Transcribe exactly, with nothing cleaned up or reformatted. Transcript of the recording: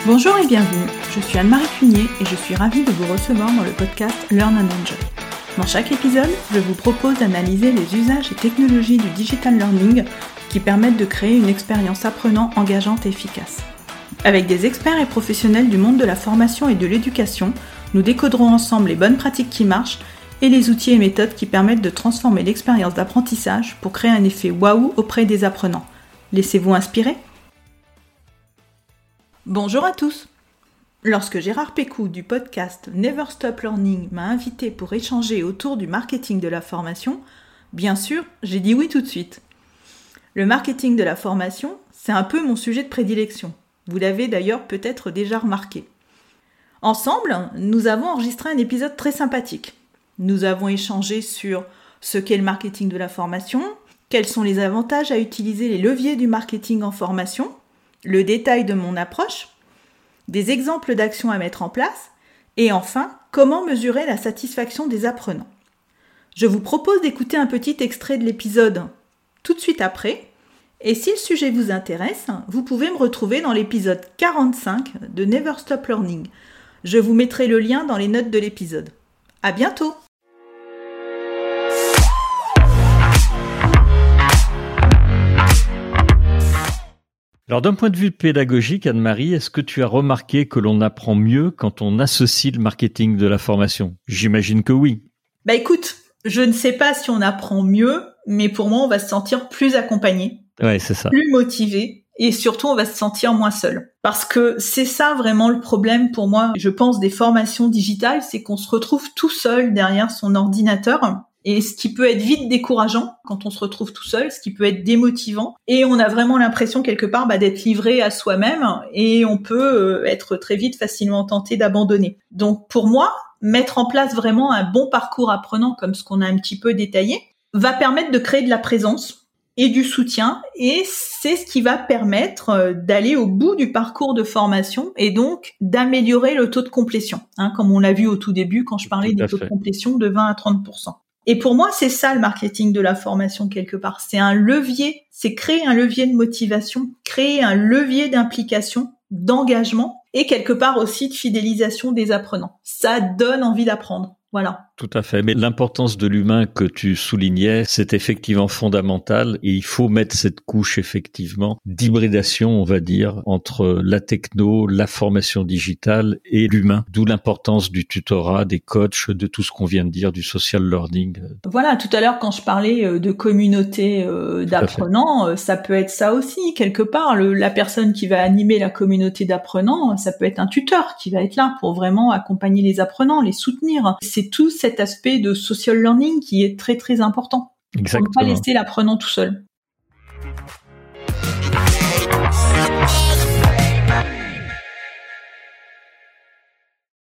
Bonjour et bienvenue, je suis Anne-Marie Cunier et je suis ravie de vous recevoir dans le podcast Learn and Enjoy. Dans chaque épisode, je vous propose d'analyser les usages et technologies du digital learning qui permettent de créer une expérience apprenant engageante et efficace. Avec des experts et professionnels du monde de la formation et de l'éducation, nous décoderons ensemble les bonnes pratiques qui marchent et les outils et méthodes qui permettent de transformer l'expérience d'apprentissage pour créer un effet waouh auprès des apprenants. Laissez-vous inspirer ? Bonjour à tous. Lorsque Gérard Pécou du podcast Never Stop Learning m'a invité pour échanger autour du marketing de la formation, bien sûr, j'ai dit oui tout de suite. Le marketing de la formation, c'est un peu mon sujet de prédilection. Vous l'avez d'ailleurs peut-être déjà remarqué. Ensemble, nous avons enregistré un épisode très sympathique. Nous avons échangé sur ce qu'est le marketing de la formation, quels sont les avantages à utiliser les leviers du marketing en formation, le détail de mon approche, des exemples d'actions à mettre en place, et enfin, comment mesurer la satisfaction des apprenants. Je vous propose d'écouter un petit extrait de l'épisode tout de suite après, et si le sujet vous intéresse, vous pouvez me retrouver dans l'épisode quarante-cinq de Never Stop Learning. Je vous mettrai le lien dans les notes de l'épisode. À bientôt! Alors d'un point de vue pédagogique, Anne-Marie, est-ce que tu as remarqué que l'on apprend mieux quand on associe le marketing de la formation ? J'imagine que oui. Bah écoute, je ne sais pas si on apprend mieux, mais pour moi, on va se sentir plus accompagné, ouais, c'est ça. plus motivé, et surtout, on va se sentir moins seul. Parce que c'est ça vraiment le problème pour moi, je pense, des formations digitales, c'est qu'on se retrouve tout seul derrière son ordinateur. Et ce qui peut être vite décourageant quand on se retrouve tout seul, ce qui peut être démotivant. Et on a vraiment l'impression quelque part bah, d'être livré à soi-même et on peut euh, être très vite facilement tenté d'abandonner. Donc pour moi, mettre en place vraiment un bon parcours apprenant comme ce qu'on a un petit peu détaillé va permettre de créer de la présence et du soutien et c'est ce qui va permettre euh, d'aller au bout du parcours de formation et donc d'améliorer le taux de complétion, hein, comme on l'a vu au tout début quand je parlais des taux de complétion de vingt à trente pour cent. Et pour moi, c'est ça le marketing de la formation quelque part. C'est un levier, c'est créer un levier de motivation, créer un levier d'implication, d'engagement et quelque part aussi de fidélisation des apprenants. Ça donne envie d'apprendre. Voilà. Tout à fait. Mais l'importance de l'humain que tu soulignais, c'est effectivement fondamental et il faut mettre cette couche effectivement d'hybridation, on va dire, entre la techno, la formation digitale et l'humain. D'où l'importance du tutorat, des coachs, de tout ce qu'on vient de dire, du social learning. Voilà, tout à l'heure quand je parlais de communauté euh, d'apprenants, ça peut être ça aussi quelque part. Le, la personne qui va animer la communauté d'apprenants, ça peut être un tuteur qui va être là pour vraiment accompagner les apprenants, les soutenir. C'est tout cet aspect de social learning qui est très très important. Exactement. Pour ne pas laisser l'apprenant tout seul.